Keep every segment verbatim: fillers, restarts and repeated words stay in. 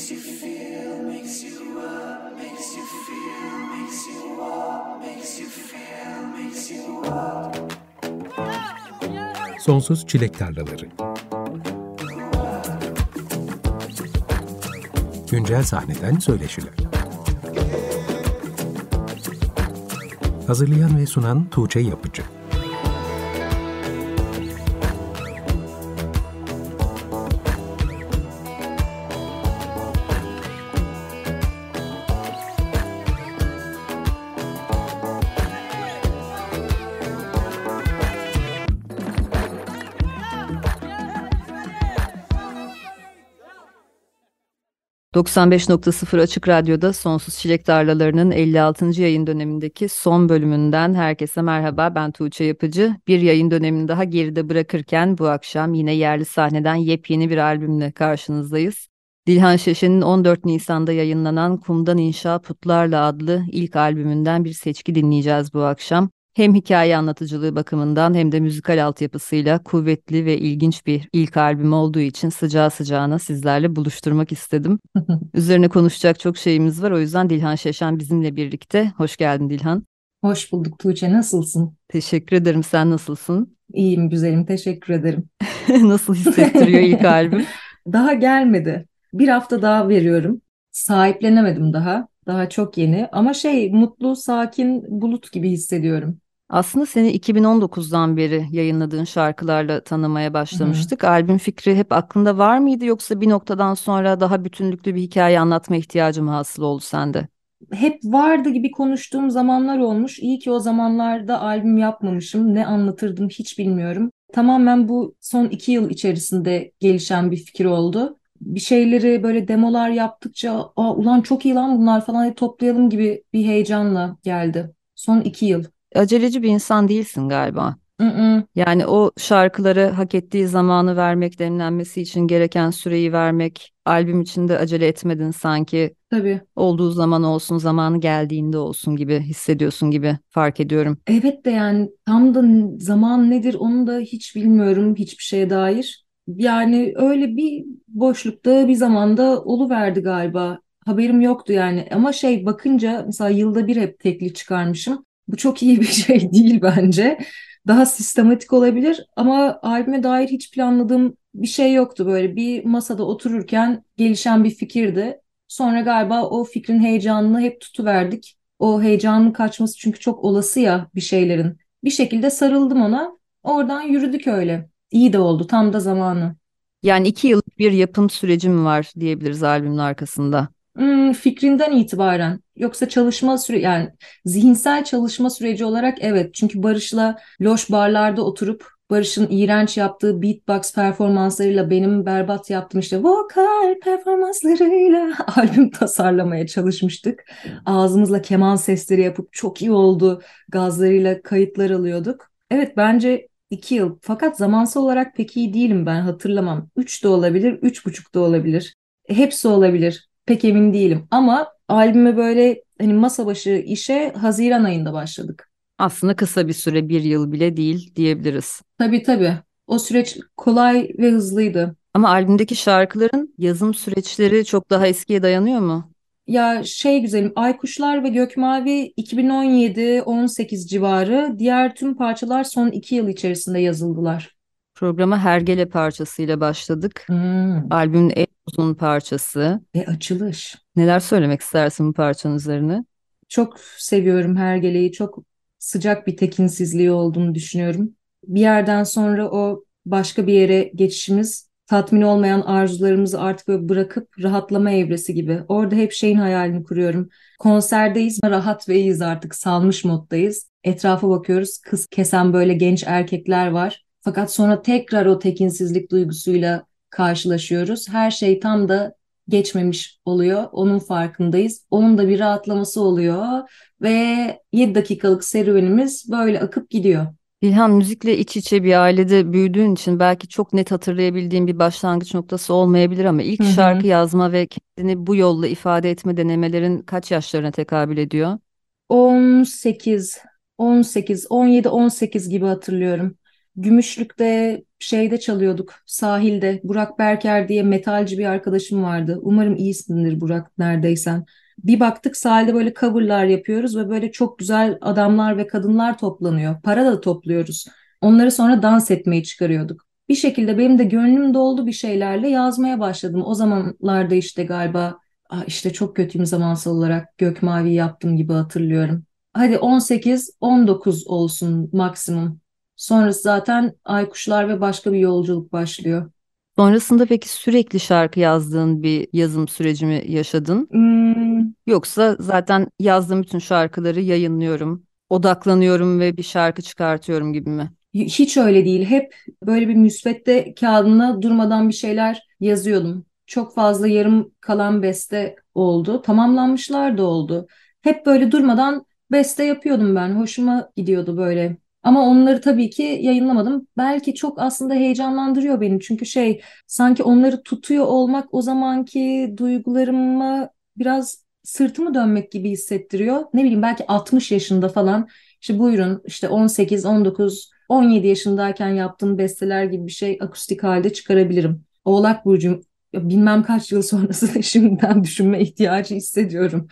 makes you feel, makes you up, makes you feel, makes you walk, makes you feel, makes you walk. Sonsuz Çilek Tarlaları. Güncel sahneden söyleşiler. Hazırlayan ve sunan Tuğçe Yapıcı. doksan beş nokta sıfır Açık Radyo'da Sonsuz Çilek Tarlaları'nın elli altıncı yayın dönemindeki son bölümünden herkese merhaba. Ben Tuğçe Yapıcı. Bir yayın dönemini daha geride bırakırken bu akşam yine yerli sahneden yepyeni bir albümle karşınızdayız. Dilhan Şeşen'in on dört Nisan'da yayınlanan Kumdan İnşa Putlarla adlı ilk albümünden bir seçki dinleyeceğiz bu akşam. Hem hikaye anlatıcılığı bakımından hem de müzikal altyapısıyla kuvvetli ve ilginç bir ilk albüm olduğu için sıcağı sıcağına sizlerle buluşturmak istedim. Üzerine konuşacak çok şeyimiz var, o yüzden Dilhan Şeşen bizimle birlikte. Hoş geldin Dilhan. Hoş bulduk Tuğçe, nasılsın? Teşekkür ederim, sen nasılsın? İyiyim güzelim, teşekkür ederim. Nasıl hissettiriyor ilk albüm? Daha gelmedi. Bir hafta daha veriyorum. Sahiplenemedim daha. Daha çok yeni ama şey mutlu, sakin, bulut gibi hissediyorum. Aslında seni iki bin on dokuzdan beri yayınladığın şarkılarla tanımaya Hı hı. başlamıştık. Albüm fikri hep aklında var mıydı, yoksa bir noktadan sonra daha bütünlüklü bir hikaye anlatma ihtiyacı mı hasıl oldu sende? Hep vardı gibi konuştuğum zamanlar olmuş. İyi ki o zamanlarda albüm yapmamışım. Ne anlatırdım hiç bilmiyorum. Tamamen bu son iki yıl içerisinde gelişen bir fikir oldu. Bir şeyleri böyle demolar yaptıkça, Aa, ulan çok iyi lan bunlar falan, hadi toplayalım gibi bir heyecanla geldi. Son iki yıl. Aceleci bir insan değilsin galiba. Mm-mm. Yani o şarkılara hak ettiği zamanı vermek, demlenmesi için gereken süreyi vermek, albüm için de acele etmedin sanki. Tabii. Olduğu zaman olsun, zamanı geldiğinde olsun gibi hissediyorsun gibi fark ediyorum. Evet de yani tam da zaman nedir onu da hiç bilmiyorum hiçbir şeye dair. Yani öyle bir boşlukta bir zamanda oluverdi galiba. Haberim yoktu yani. Ama şey bakınca mesela yılda bir hep tekli çıkarmışım. Bu çok iyi bir şey değil bence. Daha sistematik olabilir ama albüme dair hiç planladığım bir şey yoktu böyle. Bir masada otururken gelişen bir fikirdi. Sonra galiba o fikrin heyecanını hep tutuverdik. O heyecanın kaçması çünkü çok olası ya bir şeylerin. Bir şekilde sarıldım ona. Oradan yürüdük öyle. İyi de oldu, tam da zamanı. Yani iki yıllık bir yapım süreci mi var diyebiliriz albümün arkasında? Hmm, fikrinden itibaren. Yoksa çalışma süre yani zihinsel çalışma süreci olarak evet. Çünkü Barış'la loş barlarda oturup Barış'ın iğrenç yaptığı beatbox performanslarıyla benim berbat yaptığım işte vokal performanslarıyla albüm tasarlamaya çalışmıştık. Ağzımızla keman sesleri yapıp çok iyi oldu gazlarıyla kayıtlar alıyorduk. Evet bence iki yıl. Fakat zamansal olarak pek iyi değilim ben, hatırlamam. Üç de olabilir, üç buçuk da olabilir. Hepsi olabilir. Pek emin değilim. Ama albüme böyle hani masa başı işe Haziran ayında başladık. Aslında kısa bir süre, bir yıl bile değil diyebiliriz. Tabii tabii. O süreç kolay ve hızlıydı. Ama albümdeki şarkıların yazım süreçleri çok daha eskiye dayanıyor mu? Ya şey güzelim, Aykuşlar ve Gökmavi iki bin on yedi on sekiz civarı. Diğer tüm parçalar son iki yıl içerisinde yazıldılar. Programa Hergele parçasıyla başladık. Hmm. Albümün en uzun parçası. Ve açılış. Neler söylemek istersin bu parçanın üzerine? Çok seviyorum Hergele'yi. Çok sıcak bir tekinsizliği olduğunu düşünüyorum. Bir yerden sonra o başka bir yere geçişimiz, tatmin olmayan arzularımızı artık böyle bırakıp rahatlama evresi gibi. Orada hep şeyin hayalini kuruyorum. Konserdeyiz, rahat ve iyiyiz artık, salmış moddayız. Etrafa bakıyoruz, kız kesen böyle genç erkekler var. Fakat sonra tekrar o tekinsizlik duygusuyla karşılaşıyoruz. Her şey tam da geçmemiş oluyor. Onun farkındayız. Onun da bir rahatlaması oluyor ve yedi dakikalık serüvenimiz böyle akıp gidiyor. İlhan, müzikle iç içe bir ailede büyüdüğün için belki çok net hatırlayabildiğin bir başlangıç noktası olmayabilir, ama ilk Hı hı. şarkı yazma ve kendini bu yolla ifade etme denemelerin kaç yaşlarına tekabül ediyor? on sekiz, on sekiz, on yedi, on sekiz gibi hatırlıyorum. Gümüşlük'te şeyde çalıyorduk, sahilde. Burak Berker diye metalci bir arkadaşım vardı. Umarım iyisindir Burak, neredeysen. Bir baktık sahilde böyle coverlar yapıyoruz ve böyle çok güzel adamlar ve kadınlar toplanıyor. Para da topluyoruz. Onları sonra dans etmeyi çıkarıyorduk. Bir şekilde benim de gönlüm doldu, bir şeylerle yazmaya başladım. O zamanlarda işte galiba ah işte çok kötüyüm zamansal olarak, Gökmavi yaptım gibi hatırlıyorum. Hadi on sekiz on dokuz olsun maksimum. Sonrası zaten Aykuşlar ve başka bir yolculuk başlıyor. Sonrasında peki sürekli şarkı yazdığın bir yazım süreci mi yaşadın? Hmm, Yoksa zaten yazdığım bütün şarkıları yayınlıyorum, odaklanıyorum ve bir şarkı çıkartıyorum gibi mi? hiç öyle değil. Hep böyle bir müsvedde kağıdına durmadan bir şeyler yazıyordum. Çok fazla yarım kalan beste oldu. Tamamlanmışlar da oldu. Hep böyle durmadan beste yapıyordum ben. Hoşuma gidiyordu böyle. Ama onları tabii ki yayınlamadım. Belki çok aslında heyecanlandırıyor beni. Çünkü şey, sanki onları tutuyor olmak o zamanki duygularıma biraz sırtımı dönmek gibi hissettiriyor. Ne bileyim, belki altmış yaşında falan. İşte buyurun, işte on sekiz, on dokuz, on yedi yaşındayken yaptığım besteler gibi bir şey akustik halde çıkarabilirim. Oğlak Burcu'yum. Ya bilmem kaç yıl sonrasını şimdiden düşünme ihtiyacı hissediyorum.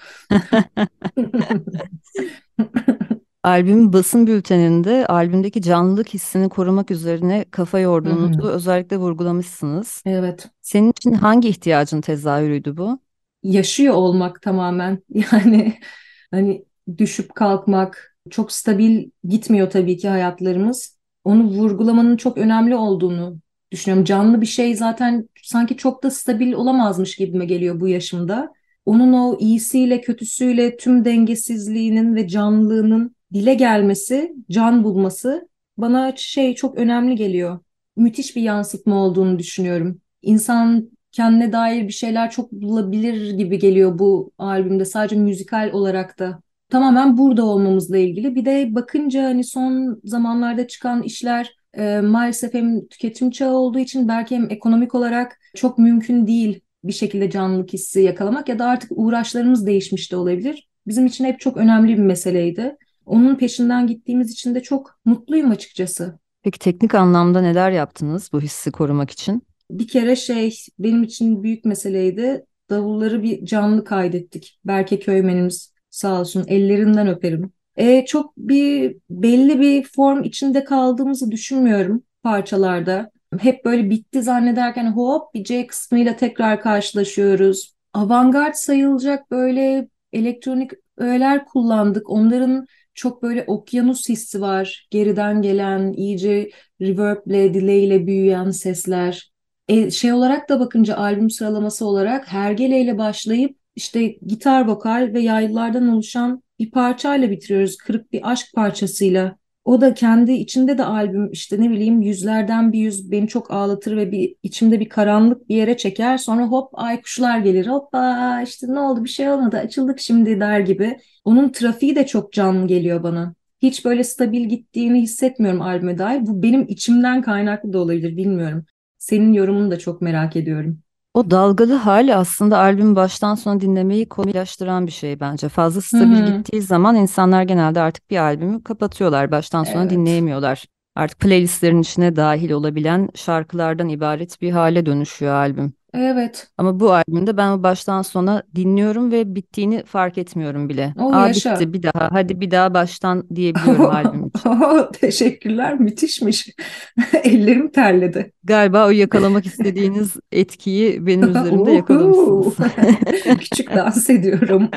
Albümün basın bülteninde albümdeki canlılık hissini korumak üzerine kafa Hı hı. yorduğunuzu özellikle vurgulamışsınız. Evet. Senin için hangi ihtiyacın tezahürüydü bu? Yaşıyor olmak tamamen. Yani hani düşüp kalkmak, çok stabil gitmiyor tabii ki hayatlarımız. Onu vurgulamanın çok önemli olduğunu düşünüyorum. Canlı bir şey zaten sanki çok da stabil olamazmış gibime geliyor bu yaşımda. Onun o iyisiyle kötüsüyle tüm dengesizliğinin ve canlılığının dile gelmesi, can bulması bana şey çok önemli geliyor. Müthiş bir yansıtma olduğunu düşünüyorum. İnsan kendine dair bir şeyler çok bulabilir gibi geliyor bu albümde, sadece müzikal olarak da. Tamamen burada olmamızla ilgili. Bir de bakınca hani son zamanlarda çıkan işler e, maalesef hem tüketim çağı olduğu için belki hem ekonomik olarak çok mümkün değil bir şekilde canlılık hissi yakalamak, ya da artık uğraşlarımız değişmiş de olabilir. Bizim için hep çok önemli bir meseleydi. Onun peşinden gittiğimiz için de çok mutluyum açıkçası. Peki teknik anlamda neler yaptınız bu hissi korumak için? Bir kere şey, benim için büyük meseleydi. Davulları bir canlı kaydettik. Berke Köymenimiz sağ olsun, ellerinden öperim. E, çok bir belli bir form içinde kaldığımızı düşünmüyorum parçalarda. Hep böyle bitti zannederken hop bir C kısmıyla tekrar karşılaşıyoruz. Avantgard sayılacak böyle elektronik öğeler kullandık. Onların çok böyle okyanus hissi var. Geriden gelen, iyice reverb'le, delay ile büyüyen sesler. E, şey olarak da bakınca, albüm sıralaması olarak Hergele ile başlayıp işte gitar, vokal ve yaylılardan oluşan bir parçayla bitiriyoruz. Kırık bir aşk parçasıyla. O da kendi içinde de albüm, işte ne bileyim, yüzlerden bir yüz beni çok ağlatır ve bir içimde bir karanlık bir yere çeker. Sonra hop aykuşlar gelir. Hoppa işte ne oldu, bir şey olmadı, açıldık şimdi der gibi. Onun trafiği de çok canlı geliyor bana. Hiç böyle stabil gittiğini hissetmiyorum albüme dair. Bu benim içimden kaynaklı da olabilir, bilmiyorum. Senin yorumunu da çok merak ediyorum. O dalgalı hal aslında albüm baştan sona dinlemeyi kolaylaştıran bir şey bence. Fazla Hı stabil hı. gittiği zaman insanlar genelde artık bir albümü kapatıyorlar. Baştan sona Evet. dinleyemiyorlar. Artık playlistlerin içine dahil olabilen şarkılardan ibaret bir hale dönüşüyor albüm. Evet. Ama bu albümde ben baştan sona dinliyorum ve bittiğini fark etmiyorum bile. O Aa yaşa. bitti bir daha hadi bir daha baştan diyebiliyorum albüm için. Teşekkürler. Müthişmiş. Ellerim terledi. Galiba o yakalamak istediğiniz etkiyi benim üzerimde yakalamışsınız. Uhu. Küçük dans ediyorum.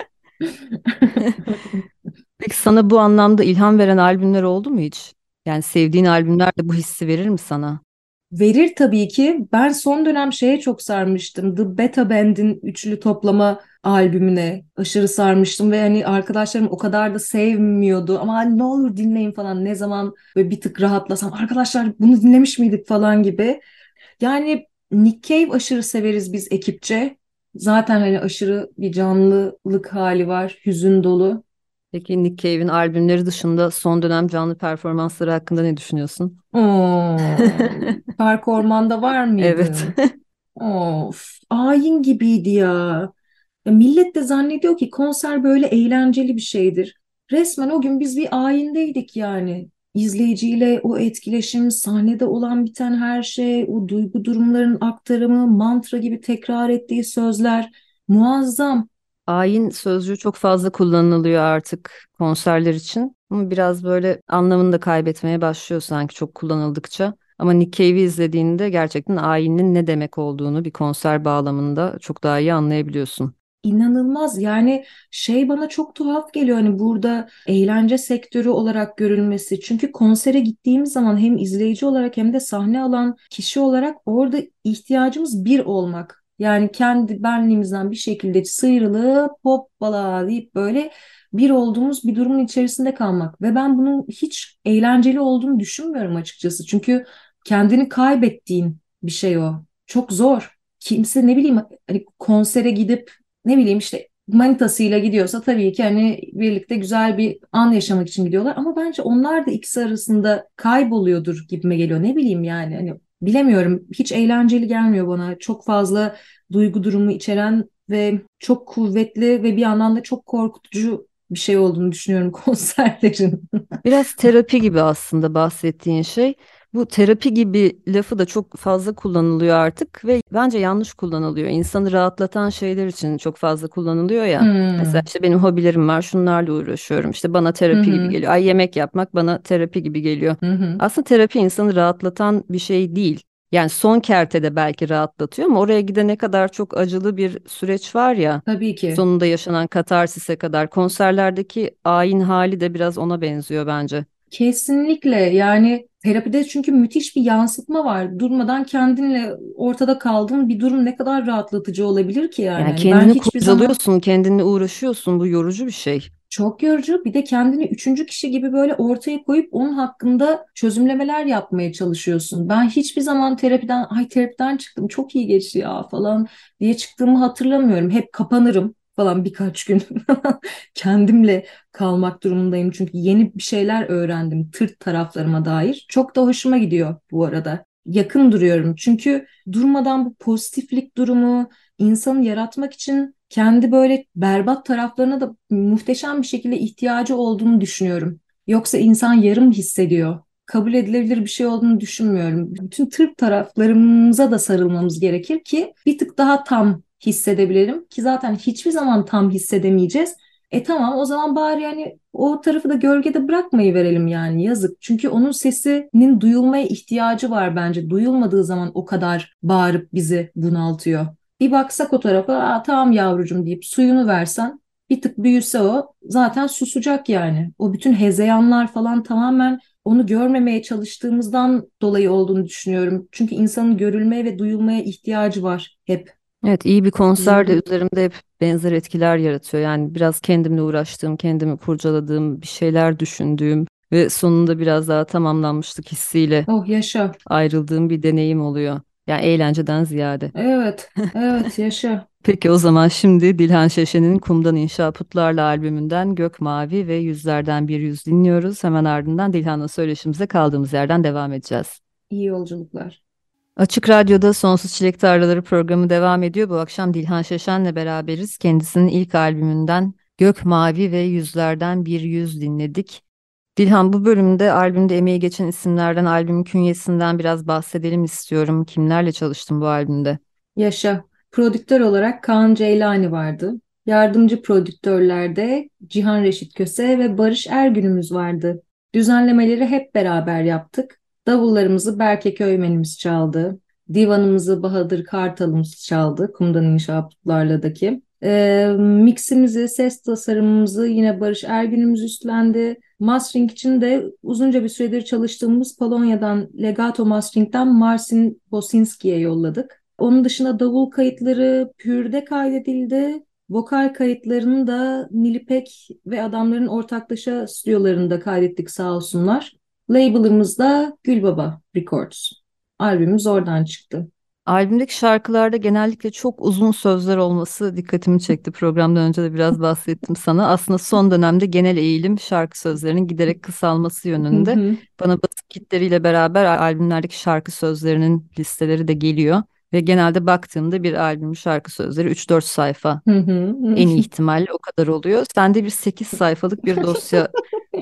Peki sana bu anlamda ilham veren albümler oldu mu hiç? Yani sevdiğin albümler de bu hissi verir mi sana? Verir tabii ki. Ben son dönem şeye çok sarmıştım. The Beta Band'in üçlü toplama albümüne aşırı sarmıştım ve hani arkadaşlarım o kadar da sevmiyordu ama hani ne olur dinleyin falan, ne zaman böyle bir tık rahatlasam arkadaşlar bunu dinlemiş miydik falan gibi. Yani Nick Cave aşırı severiz biz ekipçe. Zaten hani aşırı bir canlılık hali var, hüzün dolu. Peki Nick Cave'in albümleri dışında son dönem canlı performansları hakkında ne düşünüyorsun? Oo, Park Orman'da var Evet. mıydın? Of, ayin gibiydi ya. Ya millet de zannediyor ki konser böyle eğlenceli bir şeydir. Resmen o gün biz bir ayindeydik yani. izleyiciyle o etkileşim, sahnede olan biten her şey, o duygu durumların aktarımı, mantra gibi tekrar ettiği sözler muazzam. Ayin sözcüğü çok fazla kullanılıyor artık konserler için. Ama biraz böyle anlamını da kaybetmeye başlıyor sanki çok kullanıldıkça. Ama Nick Cave'i izlediğinde gerçekten ayinin ne demek olduğunu bir konser bağlamında çok daha iyi anlayabiliyorsun. İnanılmaz yani, şey bana çok tuhaf geliyor hani burada eğlence sektörü olarak görülmesi. Çünkü konsere gittiğimiz zaman hem izleyici olarak hem de sahne alan kişi olarak orada ihtiyacımız bir olmak. Yani kendi benliğimizden bir şekilde sıyrılıp hoppala deyip böyle bir olduğumuz bir durumun içerisinde kalmak. Ve ben bunun hiç eğlenceli olduğunu düşünmüyorum açıkçası. Çünkü kendini kaybettiğin bir şey o. Çok zor. Kimse ne bileyim hani konsere gidip ne bileyim işte manitasıyla gidiyorsa tabii ki hani birlikte güzel bir an yaşamak için gidiyorlar ama bence onlar da ikisi arasında kayboluyordur gibime geliyor. Ne bileyim yani hani bilemiyorum, hiç eğlenceli gelmiyor bana. Çok fazla duygu durumu içeren ve çok kuvvetli ve bir yandan da çok korkutucu bir şey olduğunu düşünüyorum konserlerin. Biraz terapi gibi aslında bahsettiğin şey. Bu terapi gibi lafı da çok fazla kullanılıyor artık ve bence yanlış kullanılıyor. İnsanı rahatlatan şeyler için çok fazla kullanılıyor ya. Mesela Hmm. işte benim hobilerim var, şunlarla uğraşıyorum. İşte bana Hı terapi gibi hı. geliyor. Ay yemek yapmak bana terapi gibi geliyor. Hı hı. Aslında terapi insanı rahatlatan bir şey değil. Yani son kertede belki rahatlatıyor ama oraya gidene kadar çok acılı bir süreç var ya. Tabii ki. Sonunda yaşanan katarsise kadar konserlerdeki ayin hali de biraz ona benziyor bence. Kesinlikle yani terapide çünkü müthiş bir yansıtma var. Durmadan kendinle ortada kaldığın bir durum ne kadar rahatlatıcı olabilir ki yani. Yani Hani ben kendini hiçbir zaman kurcalıyorsun, kendinle uğraşıyorsun. Bu yorucu bir şey. çok yorucu, bir de kendini üçüncü kişi gibi böyle ortaya koyup onun hakkında çözümlemeler yapmaya çalışıyorsun. Ben hiçbir zaman terapiden ay terapiden çıktım çok iyi geçti ya falan diye çıktığımı hatırlamıyorum. Hep kapanırım falan birkaç gün kendimle kalmak durumundayım. Çünkü yeni bir şeyler öğrendim tırt taraflarıma dair. Çok da hoşuma gidiyor bu arada. Yakın duruyorum. Çünkü durmadan bu pozitiflik durumu insanı yaratmak için kendi böyle berbat taraflarına da muhteşem bir şekilde ihtiyacı olduğunu düşünüyorum. Yoksa insan yarım hissediyor. Kabul edilebilir bir şey olduğunu düşünmüyorum. Bütün tırt taraflarımıza da sarılmamız gerekir ki bir tık daha tam hissedebilelim ki zaten hiçbir zaman tam hissedemeyeceğiz. E tamam, o zaman bari yani o tarafı da gölgede bırakmayı verelim yani, yazık. Çünkü onun sesinin duyulmaya ihtiyacı var bence. Duyulmadığı zaman o kadar bağırıp bizi bunaltıyor. Bir baksak o tarafa, aa, tamam yavrucum deyip suyunu versen, bir tık büyüse o zaten susacak yani. O bütün hezeyanlar falan tamamen onu görmemeye çalıştığımızdan dolayı olduğunu düşünüyorum. Çünkü insanın görülmeye ve duyulmaya ihtiyacı var hep. Evet, iyi bir konser Bizim de üzerimde hep benzer etkiler yaratıyor. Yani biraz kendimle uğraştığım, kendimi kurcaladığım, bir şeyler düşündüğüm ve sonunda biraz daha tamamlanmışlık hissiyle oh yaşa. ayrıldığım bir deneyim oluyor. Yani eğlenceden ziyade. Evet, evet yaşa. Peki o zaman şimdi Dilhan Şeşen'in Kumdan İnşa Putlarla albümünden Gök Mavi ve Yüzlerden Bir Yüz dinliyoruz. Hemen ardından Dilhan'la söyleşimize kaldığımız yerden devam edeceğiz. İyi yolculuklar. Açık Radyo'da Sonsuz Çilek Tarlaları programı devam ediyor. Bu akşam Dilhan Şeşen'le beraberiz. Kendisinin ilk albümünden Gök Mavi ve Yüzlerden Bir Yüz dinledik. Dilhan, bu bölümde albümde emeği geçen isimlerden, albümün künyesinden biraz bahsedelim istiyorum. Kimlerle çalıştın bu albümde? Yaşa. Prodüktör olarak Kaan Ceylani vardı. Yardımcı prodüktörlerde Cihan Reşit Köse ve Barış Ergün'ümüz vardı. Düzenlemeleri hep beraber yaptık. Davullarımızı Berke Köymenimiz çaldı. Divanımızı Bahadır Kartalımız çaldı. Kumdan İnşaatlarla'daki. Ee, miximizi, ses tasarımımızı yine Barış Ergün'ümüz üstlendi. Mastering için de uzunca bir süredir çalıştığımız Polonya'dan Legato Mastering'den Marcin Bosinski'ye yolladık. Onun dışında davul kayıtları Pür'de kaydedildi. Vokal kayıtlarını da Nilipek ve adamların ortaklaşa stüdyolarında kaydettik sağ olsunlar. Label'ımız da Gülbaba Records. Albümümüz oradan çıktı. Albümdeki şarkılarda genellikle çok uzun sözler olması dikkatimi çekti. Programdan önce de biraz bahsettim sana. Aslında son dönemde genel eğilim şarkı sözlerinin giderek kısalması Hı yönünde. hı, Bana basın kitleriyle beraber albümlerdeki şarkı sözlerinin listeleri de geliyor. Ve genelde baktığımda bir albüm şarkı sözleri üç dört sayfa. hı hı. En iyi ihtimalle o kadar oluyor. Sende bir sekiz sayfalık bir dosya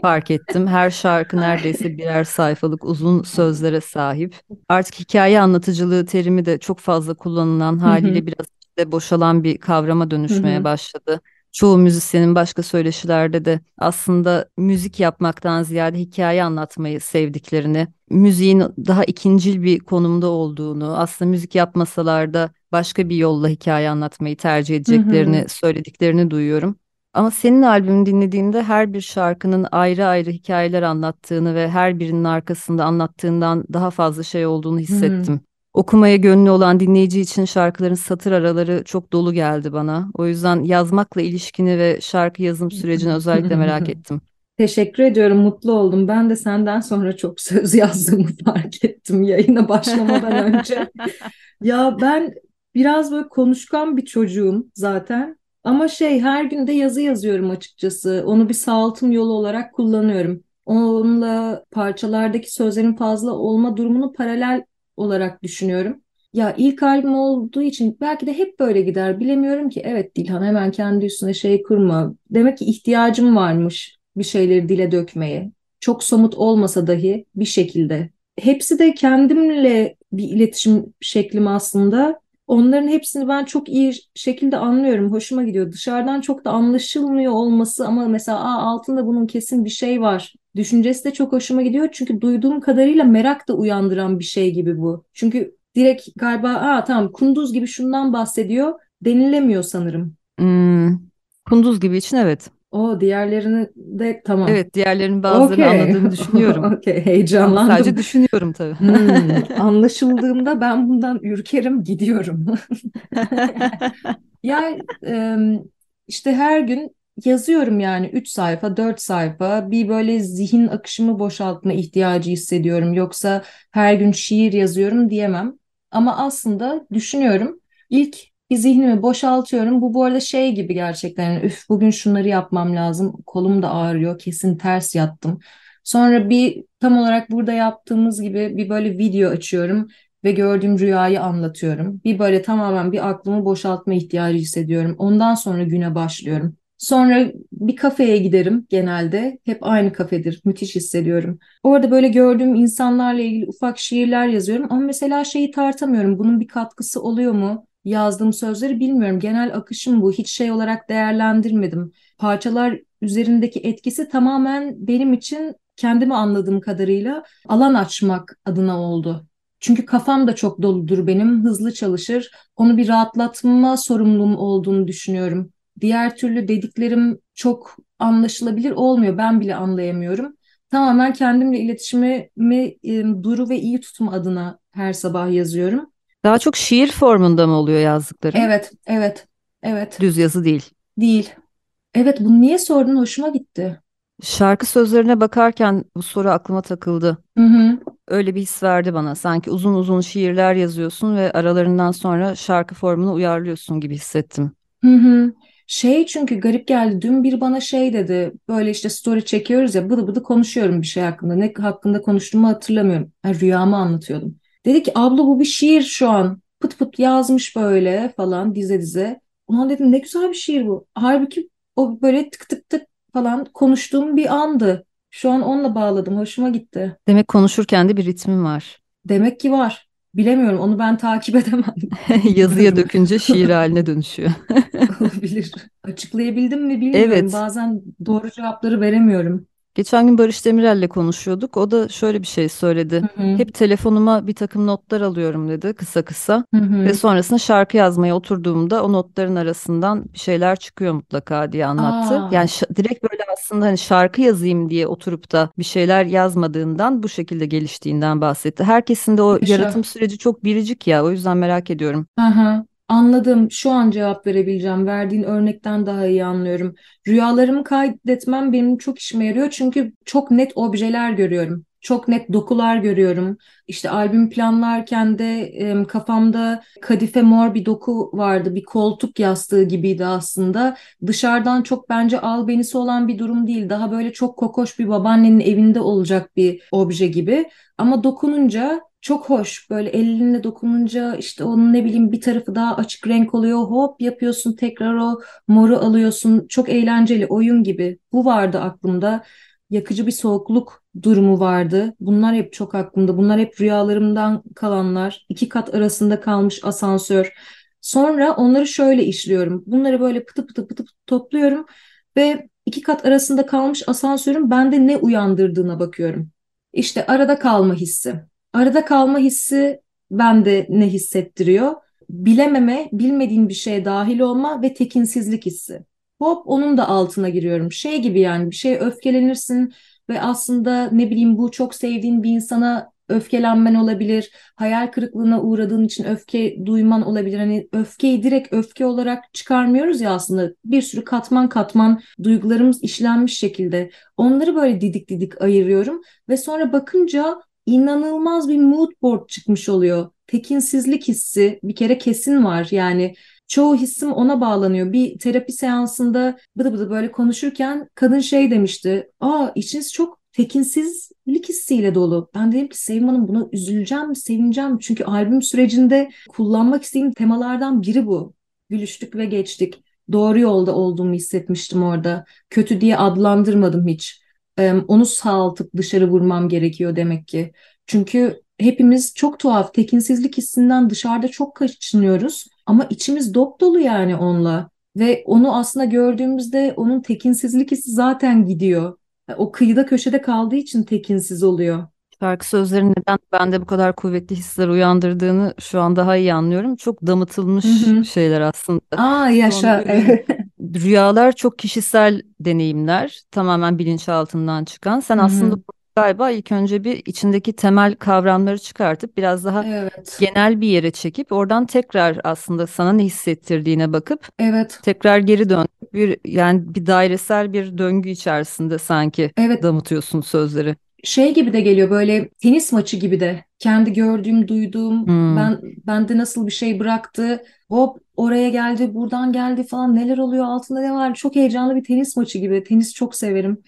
fark ettim. Her şarkı Ay. neredeyse birer sayfalık uzun sözlere sahip. Artık hikaye anlatıcılığı terimi de çok fazla kullanılan Hı hı, haliyle biraz de boşalan bir kavrama hı dönüşmeye hı, başladı. Çoğu müzisyenin başka söyleşilerde de aslında müzik yapmaktan ziyade hikaye anlatmayı sevdiklerini, müziğin daha ikincil bir konumda olduğunu, aslında müzik yapmasalar da başka bir yolla hikaye anlatmayı tercih hı hı, edeceklerini söylediklerini duyuyorum. Ama senin albümünü dinlediğimde her bir şarkının ayrı ayrı hikayeler anlattığını ve her birinin arkasında anlattığından daha fazla şey olduğunu hı hı. hissettim. Okumaya gönlü olan dinleyici için şarkıların satır araları çok dolu geldi bana. O yüzden yazmakla ilişkini ve şarkı yazım sürecini özellikle merak ettim. Teşekkür ediyorum, mutlu oldum. Ben de senden sonra çok söz yazdığımı fark ettim yayına başlamadan önce. Ya ben biraz böyle konuşkan bir çocuğum zaten. Ama şey her gün de yazı yazıyorum açıkçası. Onu bir sağaltım yolu olarak kullanıyorum. Onunla parçalardaki sözlerin fazla olma durumunu paralel olarak düşünüyorum. Ya ilk albüm olduğu için belki de hep böyle gider. Bilemiyorum ki. Evet Dilhan, hemen kendi üstüne şey kurma. Demek ki ihtiyacım varmış bir şeyleri dile dökmeye. Çok somut olmasa dahi bir şekilde. Hepsi de kendimle bir iletişim şeklim aslında. Onların hepsini ben çok iyi şekilde anlıyorum. Hoşuma gidiyor. Dışarıdan çok da anlaşılmıyor olması ama mesela Aa, altında bunun kesin bir şey var düşüncesi de çok hoşuma gidiyor. Çünkü duyduğum kadarıyla merak da uyandıran bir şey gibi bu. Çünkü direkt galiba Aa, tamam kunduz gibi şundan bahsediyor denilemiyor sanırım. Hmm, Kunduz gibi için evet. O diğerlerini de tamam. Evet, diğerlerinin bazılarını Okey. anladığımı düşünüyorum. Okey. Ama Heyecanlandım. sadece düşünüyorum tabii. Hmm, anlaşıldığında ben bundan ürkerim gidiyorum. Ya em, işte her gün yazıyorum yani üç sayfa, dört sayfa bir böyle zihin akışımı boşaltma ihtiyacı hissediyorum. Yoksa her gün şiir yazıyorum diyemem. Ama aslında düşünüyorum. İlk bir zihnimi boşaltıyorum. Bu bu arada şey gibi gerçekten. Yani, üf bugün şunları yapmam lazım. Kolum da ağrıyor. Kesin ters yattım. Sonra bir tam olarak burada yaptığımız gibi bir böyle video açıyorum ve gördüğüm rüyayı anlatıyorum. Bir böyle tamamen bir aklımı boşaltma ihtiyacı hissediyorum. Ondan sonra güne başlıyorum. Sonra bir kafeye giderim genelde. Hep aynı kafedir. Müthiş hissediyorum. Orada böyle gördüğüm insanlarla ilgili ufak şiirler yazıyorum. Ama mesela şeyi tartamıyorum. Bunun bir katkısı oluyor mu? Yazdığım sözleri bilmiyorum. Genel akışım bu. Hiç şey olarak değerlendirmedim. Parçalar üzerindeki etkisi tamamen benim için kendimi anladığım kadarıyla alan açmak adına oldu. Çünkü kafam da çok doludur benim, hızlı çalışır. Onu bir rahatlatma sorumluluğum olduğunu düşünüyorum. Diğer türlü dediklerim çok anlaşılabilir olmuyor. Ben bile anlayamıyorum. Tamamen kendimle iletişimi e, duru ve iyi tutma adına her sabah yazıyorum. Daha çok şiir formunda mı oluyor yazdıkların? Evet, evet, evet. Düz yazı değil. Değil. Evet, bunu niye sordun? Hoşuma gitti. Şarkı sözlerine bakarken bu soru aklıma takıldı. Hı hı. Öyle bir his verdi bana. Sanki uzun uzun şiirler yazıyorsun ve aralarından sonra şarkı formunu uyarlıyorsun gibi hissettim. Hı hı. Şey çünkü garip geldi. Dün bir bana şey dedi. Böyle işte story çekiyoruz ya bıdı bıdı konuşuyorum bir şey hakkında. Ne hakkında konuştuğumu hatırlamıyorum. Ha, rüyamı anlatıyordum. Dedi ki abla bu bir şiir şu an. Pıt pıt yazmış böyle falan dize dize. Ulan dedim ne güzel bir şiir bu. Halbuki o böyle tık tık tık falan konuştuğum bir andı. Şu an onunla bağladım. Hoşuma gitti. Demek konuşurken de bir ritmin var. Demek ki var. Bilemiyorum. Onu ben takip edemem. Yazıya Bilmiyorum. dökünce şiir haline dönüşüyor. Olabilir. Açıklayabildim mi bilmiyorum. Evet. Bazen doğru cevapları veremiyorum. Geçen gün Barış Demirel'le konuşuyorduk. O da şöyle bir şey söyledi. Hı hı, Hep telefonuma bir takım notlar alıyorum dedi kısa kısa. hı Ve hı. sonrasında şarkı yazmaya oturduğumda o notların arasından bir şeyler çıkıyor mutlaka diye anlattı. Yani Aa, ş- direkt böyle aslında hani şarkı yazayım diye oturup da bir şeyler yazmadığından bu şekilde geliştiğinden bahsetti. Herkesin de o yaratım yaşa. süreci çok biricik ya, o yüzden merak ediyorum. Aha, anladım. Şu an cevap verebileceğim. Verdiğin örnekten daha iyi anlıyorum. Rüyalarımı kaydetmem benim çok işime yarıyor. Çünkü çok net objeler görüyorum. Çok net dokular görüyorum. İşte albüm planlarken de em, kafamda kadife mor bir doku vardı. Bir koltuk yastığı gibiydi aslında. Dışarıdan çok bence albenisi olan bir durum değil. Daha böyle çok kokoş bir babaannenin evinde olacak bir obje gibi. Ama dokununca çok hoş. Böyle elinle dokununca işte onun ne bileyim bir tarafı daha açık renk oluyor. Hop yapıyorsun tekrar o moru alıyorsun. Çok eğlenceli oyun gibi. Bu vardı aklımda. yakıcı bir soğukluk durumu vardı. Bunlar hep çok aklımda. Bunlar hep rüyalarımdan kalanlar. İki kat arasında kalmış asansör. Sonra onları şöyle işliyorum. Bunları böyle pıtı pıtı pıtı pıtı topluyorum ve iki kat arasında kalmış asansörün bende ne uyandırdığına bakıyorum. İşte arada kalma hissi. Arada kalma hissi bende ne hissettiriyor? Bilememe, bilmediğim bir şeye dahil olma ve tekinsizlik hissi. Hop onun da altına giriyorum. Şey gibi yani bir şeye öfkelenirsin ve aslında ne bileyim bu çok sevdiğin bir insana öfkelenmen olabilir. Hayal kırıklığına uğradığın için öfke duyman olabilir. Hani öfkeyi direkt öfke olarak çıkarmıyoruz ya aslında. Bir sürü katman katman duygularımız işlenmiş şekilde. Onları böyle didik didik ayırıyorum ve sonra bakınca inanılmaz bir mood board çıkmış oluyor. Tekinsizlik hissi bir kere kesin var. Yani çoğu hissim ona bağlanıyor. Bir terapi seansında bıdı bıdı böyle konuşurken kadın şey demişti. Aa içiniz çok tekinsizlik hissiyle dolu. Ben dedim ki Sevim Hanım buna üzüleceğim mi, sevineceğim mi? Çünkü albüm sürecinde kullanmak istediğim temalardan biri bu. Gülüştük ve geçtik. Doğru yolda olduğumu hissetmiştim orada. Kötü diye adlandırmadım hiç. Ee, onu sağaltıp dışarı vurmam gerekiyor demek ki. Çünkü hepimiz çok tuhaf tekinsizlik hissinden dışarıda çok kaçınıyoruz ama içimiz dop dolu yani onunla ve onu aslında gördüğümüzde onun tekinsizlik hissi zaten gidiyor. O kıyıda köşede kaldığı için tekinsiz oluyor. Şarkı sözleri neden bende bu kadar kuvvetli hisler uyandırdığını şu an daha iyi anlıyorum. Çok Hı damıtılmış hı. şeyler aslında. Aa Son yaşa. e, rüyalar çok kişisel deneyimler, tamamen bilinçaltından çıkan. Sen Hı aslında hı. galiba ilk önce bir içindeki temel kavramları çıkartıp biraz daha Evet. genel bir yere çekip oradan tekrar aslında sana ne hissettirdiğine bakıp Evet. tekrar geri dön. Bir yani bir dairesel bir döngü içerisinde sanki Evet. damıtıyorsun sözleri. Şey gibi de geliyor böyle tenis maçı gibi de kendi gördüğüm duyduğum Hmm. ben bende nasıl bir şey bıraktı hop oraya geldi buradan geldi falan neler oluyor altında ne var çok heyecanlı bir tenis maçı gibi tenis çok severim.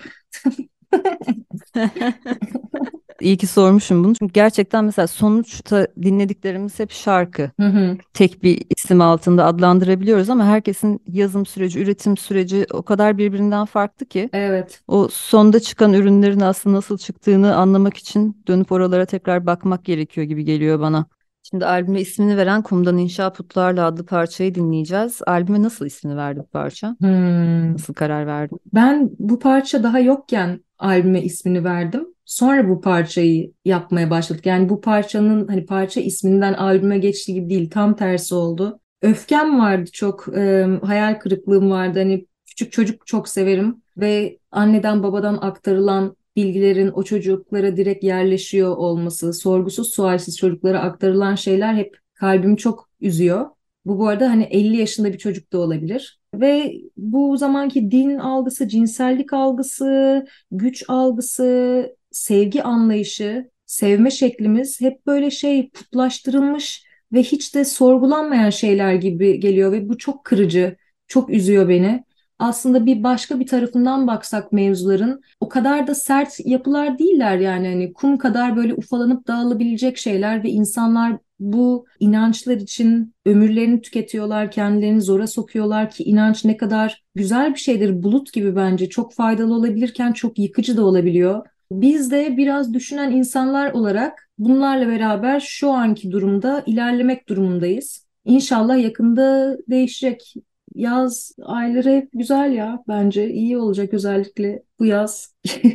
İyi ki sormuşum bunu. Çünkü gerçekten mesela sonuçta dinlediklerimiz hep şarkı. Hı hı. Tek bir isim altında adlandırabiliyoruz ama herkesin yazım süreci, üretim süreci o kadar birbirinden farklı ki Evet. o sonda çıkan ürünlerin aslında nasıl çıktığını anlamak için dönüp oralara tekrar bakmak gerekiyor gibi geliyor bana. Şimdi albüme ismini veren Kumdan İnşa Putlarla adlı parçayı dinleyeceğiz. Albüme nasıl ismini verdi bu parça? Hmm. Nasıl karar verdin? Ben bu parça daha yokken albüme ismini verdim. Sonra bu parçayı yapmaya başladık. Yani bu parçanın hani parça isminden albüme geçtiği gibi değil, tam tersi oldu. Öfkem vardı çok, e, hayal kırıklığım vardı. Hani küçük çocuk çok severim ve anneden babadan aktarılan bilgilerin o çocuklara direkt yerleşiyor olması, sorgusuz sualsiz çocuklara aktarılan şeyler hep kalbimi çok üzüyor. Bu bu arada hani elli yaşında bir çocuk da olabilir. Ve bu zamanki din algısı, cinsellik algısı, güç algısı, sevgi anlayışı, sevme şeklimiz hep böyle şey putlaştırılmış ve hiç de sorgulanmayan şeyler gibi geliyor ve bu çok kırıcı, çok üzüyor beni. Aslında bir başka bir tarafından baksak mevzuların o kadar da sert yapılar değiller yani hani kum kadar böyle ufalanıp dağılabilecek şeyler ve insanlar bu inançlar için ömürlerini tüketiyorlar, kendilerini zora sokuyorlar ki inanç ne kadar güzel bir şeydir. Bulut gibi bence çok faydalı olabilirken çok yıkıcı da olabiliyor. Biz de biraz düşünen insanlar olarak bunlarla beraber şu anki durumda ilerlemek durumundayız. İnşallah yakında değişecek. Yaz ayları hep güzel ya bence iyi olacak özellikle bu yaz.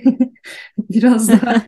Biraz daha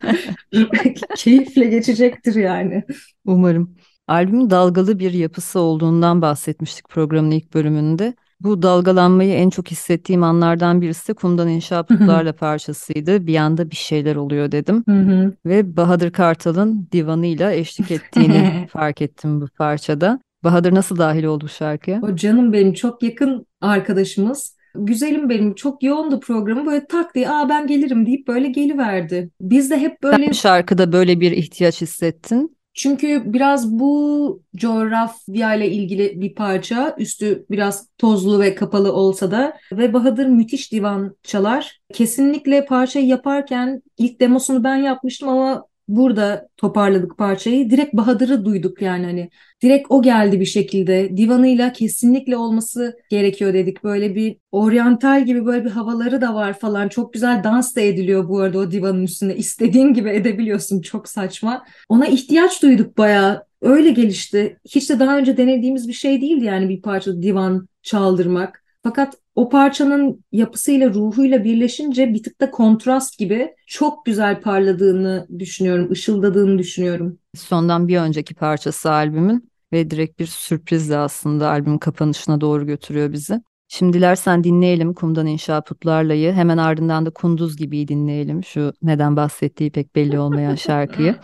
keyifle geçecektir yani. Umarım. Albümün dalgalı bir yapısı olduğundan bahsetmiştik programın ilk bölümünde. Bu dalgalanmayı en çok hissettiğim anlardan birisi de Kumdan İnşa Hı hı. Putlarla parçasıydı. Bir anda bir şeyler oluyor dedim. Hı hı. Ve Bahadır Kartal'ın divanıyla eşlik ettiğini fark ettim bu parçada. Bahadır nasıl dahil oldu bu şarkıya? O canım benim çok yakın arkadaşımız. Güzelim benim çok yoğundu programı böyle tak diye aa ben gelirim deyip böyle geliverdi. Biz de hep Sen böyle şarkıda böyle bir ihtiyaç hissettin. çünkü biraz bu coğrafyayla ilgili bir parça. Üstü biraz tozlu ve kapalı olsa da ve Bahadır müthiş divan çalar. Kesinlikle parçayı yaparken ilk demosunu ben yapmıştım ama burada toparladık parçayı. Direkt Bahadır'ı duyduk yani hani. Direkt o geldi bir şekilde. Divanıyla kesinlikle olması gerekiyor dedik. Böyle bir oryantal gibi böyle bir havaları da var falan. Çok güzel dans da ediliyor bu arada o divanın üstünde. İstediğin gibi edebiliyorsun. Çok saçma. Ona ihtiyaç duyduk bayağı. Öyle gelişti. Hiç de daha önce denediğimiz bir şey değildi yani bir parçada divan çaldırmak. Fakat o parçanın yapısıyla, ruhuyla birleşince bir tık da kontrast gibi çok güzel parladığını düşünüyorum, ışıldadığını düşünüyorum. Sondan bir önceki parçası albümün ve direkt bir sürprizle aslında albümün kapanışına doğru götürüyor bizi. Şimdi dilersen dinleyelim Kumdan İnşa Putlarla'yı. Hemen ardından da Kunduz Gibi'yi dinleyelim. Şu neden bahsettiği pek belli olmayan şarkıyı.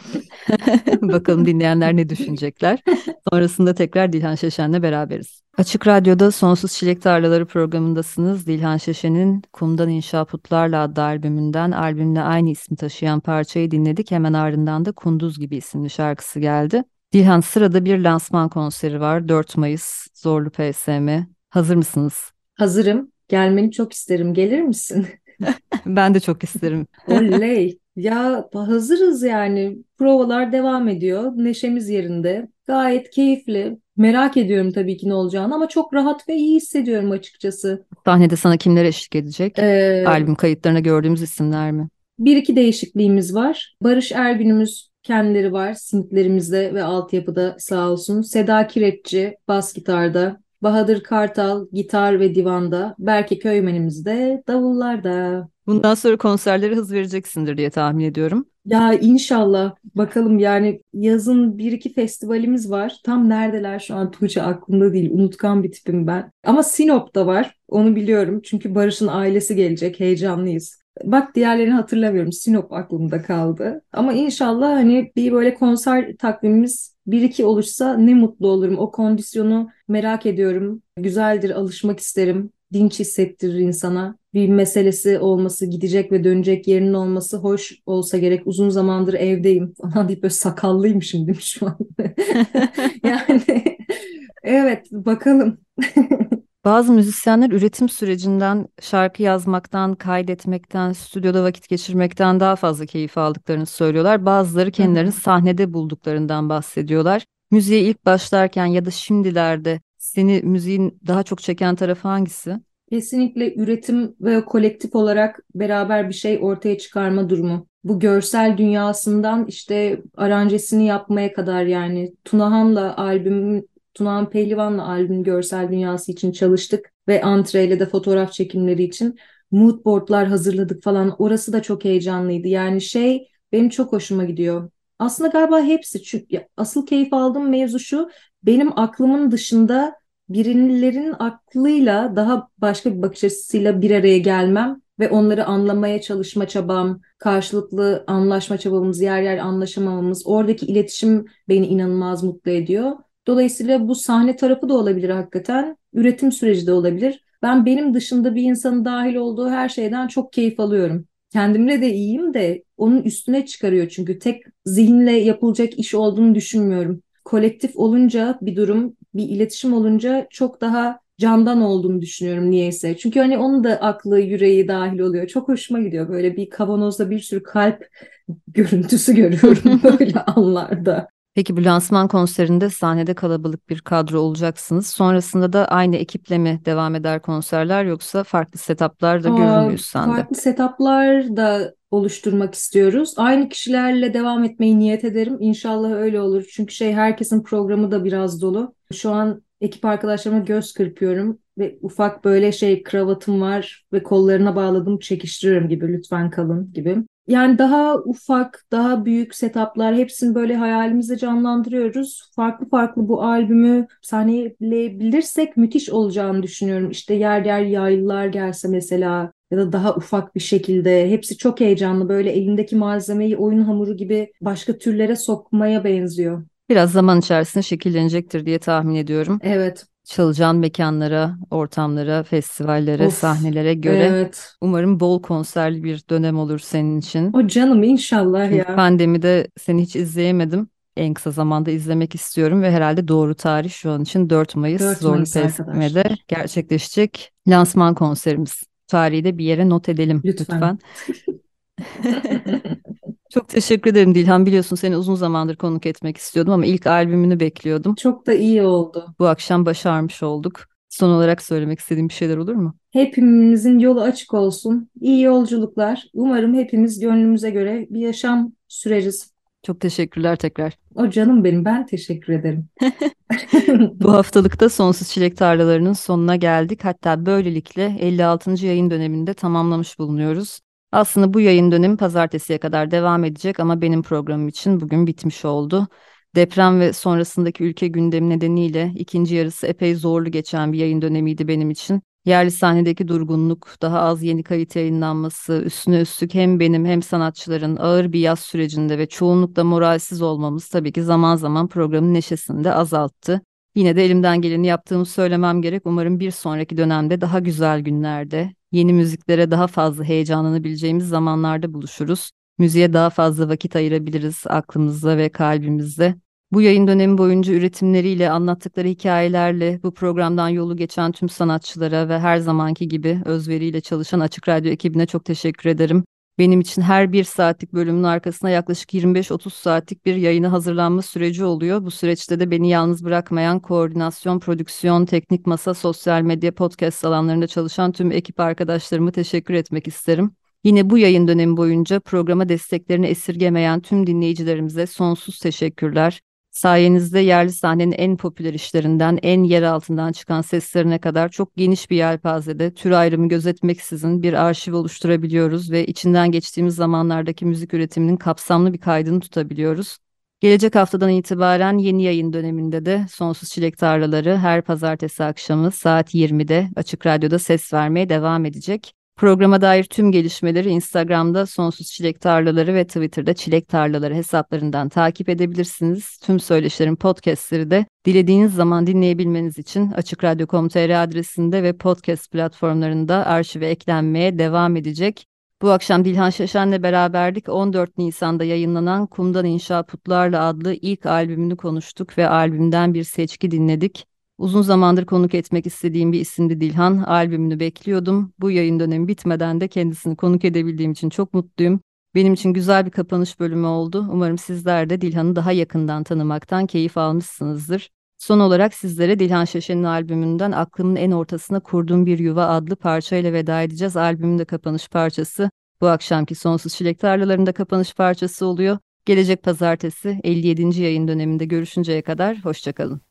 Bakalım dinleyenler ne düşünecekler. Sonrasında tekrar Dilhan Şeşen'le beraberiz. Açık Radyo'da Sonsuz Çilek Tarlaları programındasınız. Dilhan Şeşen'in Kumdan İnşa Putlarla adlı albümünden albümle aynı ismi taşıyan parçayı dinledik. Hemen ardından da Kunduz Gibi isimli şarkısı geldi. Dilhan, sırada bir lansman konseri var. dört Mayıs Zorlu P S M. Hazır mısınız? Hazırım. Gelmeni çok isterim. Gelir misin? Ben de çok isterim. Oley. Ya hazırız yani. Provalar devam ediyor. Neşemiz yerinde. Gayet keyifli. Merak ediyorum tabii ki ne olacağını ama çok rahat ve iyi hissediyorum açıkçası. Sahnede sana kimler eşlik edecek? Ee, Albüm kayıtlarına gördüğümüz isimler mi? Bir iki değişikliğimiz var. Barış Ergün'ümüz kendileri var. Synthlerimizde ve altyapıda sağ olsun. Seda Kireççi bas gitarda. Bahadır Kartal gitar ve divanda. Berke Köymenimiz de davullarda. Bundan sonra konserlere hız vereceksindir diye tahmin ediyorum. Ya inşallah bakalım yani yazın bir iki festivalimiz var. Tam neredeler şu an Tuğçe aklımda değil. Unutkan bir tipim ben. Ama Sinop'ta var. Onu biliyorum. Çünkü Barış'ın ailesi gelecek. Heyecanlıyız. Bak diğerlerini hatırlamıyorum. Sinop aklımda kaldı. Ama inşallah hani bir böyle konser takvimimiz bir iki olursa ne mutlu olurum. O kondisyonu merak ediyorum. Güzeldir, alışmak isterim. Dinç hissettirir insana. Bir meselesi olması, gidecek ve dönecek yerinin olması hoş olsa gerek. Uzun zamandır evdeyim falan deyip böyle sakallıyım şimdi şu an. Yani evet bakalım. Bazı müzisyenler üretim sürecinden, şarkı yazmaktan, kaydetmekten, stüdyoda vakit geçirmekten daha fazla keyif aldıklarını söylüyorlar. Bazıları Hı kendilerini hı. sahnede bulduklarından bahsediyorlar. Müziğe ilk başlarken ya da şimdilerde seni müziğin daha çok çeken tarafı hangisi? Kesinlikle üretim ve kolektif olarak beraber bir şey ortaya çıkarma durumu. Bu görsel dünyasından işte aranjesini yapmaya kadar yani Tunahan'la albüm, Tunahan Pehlivan'la albüm görsel dünyası için çalıştık ve Antre'yle de fotoğraf çekimleri için mood boardlar hazırladık falan. Orası da çok heyecanlıydı. Yani şey benim çok hoşuma gidiyor. Aslında galiba hepsi çünkü asıl keyif aldığım mevzu şu. Benim aklımın dışında birilerin aklıyla daha başka bir bakış açısıyla bir araya gelmem ve onları anlamaya çalışma çabam, karşılıklı anlaşma çabamız, yer yer anlaşamamamız, oradaki iletişim beni inanılmaz mutlu ediyor. Dolayısıyla bu sahne tarafı da olabilir hakikaten, üretim süreci de olabilir. Ben benim dışında bir insanın dahil olduğu her şeyden çok keyif alıyorum. Kendimle de iyiyim de onun üstüne çıkarıyor çünkü tek zihinle yapılacak iş olduğunu düşünmüyorum. Kolektif olunca bir durum, bir iletişim olunca çok daha candan olduğunu düşünüyorum niyeyse. Çünkü hani onun da aklı, yüreği dahil oluyor. Çok hoşuma gidiyor. Böyle bir kavanozda bir sürü kalp görüntüsü görüyorum böyle anlarda. Peki bu lansman konserinde sahnede kalabalık bir kadro olacaksınız. Sonrasında da aynı ekiple mi devam eder konserler yoksa farklı setuplar da görür Aa, müyüz sende? farklı setuplar da oluşturmak istiyoruz. Aynı kişilerle devam etmeyi niyet ederim. İnşallah öyle olur. Çünkü şey herkesin programı da biraz dolu. Şu an ekip arkadaşlarıma göz kırpıyorum ve ufak böyle şey kravatım var ve kollarına bağladım çekiştiriyorum gibi lütfen kalın gibi. Yani daha ufak, daha büyük setuplar hepsini böyle hayalimizde canlandırıyoruz. Farklı farklı bu albümü sahneleyebilirsek müthiş olacağını düşünüyorum. İşte yer yer yaylılar gelse mesela ya da daha ufak bir şekilde. Hepsi çok heyecanlı. Böyle elindeki malzemeyi oyun hamuru gibi başka türlere sokmaya benziyor. Biraz zaman içerisinde şekillenecektir diye tahmin ediyorum. Evet. Çalacağın mekanlara, ortamlara, festivallere, Of. sahnelere göre Evet. umarım bol konserli bir dönem olur senin için. O canım inşallah Çünkü ya. pandemide seni hiç izleyemedim. En kısa zamanda izlemek istiyorum ve herhalde doğru tarih şu an için dört Mayıs dört Zorlu Mayıs P S M'de arkadaşlar. gerçekleşecek lansman konserimiz. Tarihi de bir yere not edelim Lütfen. lütfen. Çok teşekkür ederim Dilhan. Biliyorsun seni uzun zamandır konuk etmek istiyordum ama ilk albümünü bekliyordum. Çok da iyi oldu. Bu akşam başarmış olduk. Son olarak söylemek istediğim bir şeyler olur mu? Hepimizin yolu açık olsun. İyi yolculuklar. Umarım hepimiz gönlümüze göre bir yaşam süreriz. Çok teşekkürler tekrar. O canım benim, ben teşekkür ederim. Bu haftalıkta Sonsuz Çilek Tarlalarının sonuna geldik. Hatta böylelikle elli altıncı yayın dönemini de tamamlamış bulunuyoruz. Aslında bu yayın dönemi pazartesiye kadar devam edecek ama benim programım için bugün bitmiş oldu. Deprem ve sonrasındaki ülke gündemi nedeniyle ikinci yarısı epey zorlu geçen bir yayın dönemiydi benim için. Yerli sahnedeki durgunluk, daha az yeni kayıt yayınlanması, üstüne üstlük hem benim hem sanatçıların ağır bir yaz sürecinde ve çoğunlukla moralsiz olmamız tabii ki zaman zaman programın neşesini de azalttı. Yine de elimden geleni yaptığımı söylemem gerek. Umarım bir sonraki dönemde daha güzel günlerde, yeni müziklere daha fazla heyecanlanabileceğimiz zamanlarda buluşuruz. Müziğe daha fazla vakit ayırabiliriz aklımızda ve kalbimizde. Bu yayın dönemi boyunca üretimleriyle, anlattıkları hikayelerle bu programdan yolu geçen tüm sanatçılara ve her zamanki gibi özveriyle çalışan Açık Radyo ekibine çok teşekkür ederim. Benim için her bir saatlik bölümün arkasına yaklaşık yirmi beş otuz saatlik bir yayına hazırlanma süreci oluyor. Bu süreçte de beni yalnız bırakmayan koordinasyon, prodüksiyon, teknik masa, sosyal medya, podcast alanlarında çalışan tüm ekip arkadaşlarımı teşekkür etmek isterim. Yine bu yayın dönemi boyunca programa desteklerini esirgemeyen tüm dinleyicilerimize sonsuz teşekkürler. Sayenizde yerli sahnenin en popüler işlerinden en yer altından çıkan seslerine kadar çok geniş bir yelpazede tür ayrımı gözetmeksizin bir arşiv oluşturabiliyoruz ve içinden geçtiğimiz zamanlardaki müzik üretiminin kapsamlı bir kaydını tutabiliyoruz. Gelecek haftadan itibaren yeni yayın döneminde de Sonsuz Çilek Tarlaları her pazartesi akşamı saat yirmide Açık Radyo'da ses vermeye devam edecek. Programa dair tüm gelişmeleri Instagram'da Sonsuz Çilek Tarlaları ve Twitter'da Çilek Tarlaları hesaplarından takip edebilirsiniz. Tüm söyleşilerin podcastleri de dilediğiniz zaman dinleyebilmeniz için açık radyo nokta com nokta tr adresinde ve podcast platformlarında arşive eklenmeye devam edecek. Bu akşam Dilhan Şaşen'le beraberdik. on dört Nisan'da yayınlanan Kumdan İnşa Putlarla adlı ilk albümünü konuştuk ve albümden bir seçki dinledik. Uzun zamandır konuk etmek istediğim bir isimdi Dilhan. Albümünü bekliyordum. Bu yayın dönemi bitmeden de kendisini konuk edebildiğim için çok mutluyum. Benim için güzel bir kapanış bölümü oldu. Umarım sizler de Dilhan'ı daha yakından tanımaktan keyif almışsınızdır. Son olarak sizlere Dilhan Şaşen'in albümünden Aklımın En Ortasına Kurduğum Bir Yuva adlı parçayla veda edeceğiz. Albümün de kapanış parçası bu akşamki Sonsuz Çilek Tarlaları'nda kapanış parçası oluyor. Gelecek pazartesi elli yedinci yayın döneminde görüşünceye kadar hoşça kalın.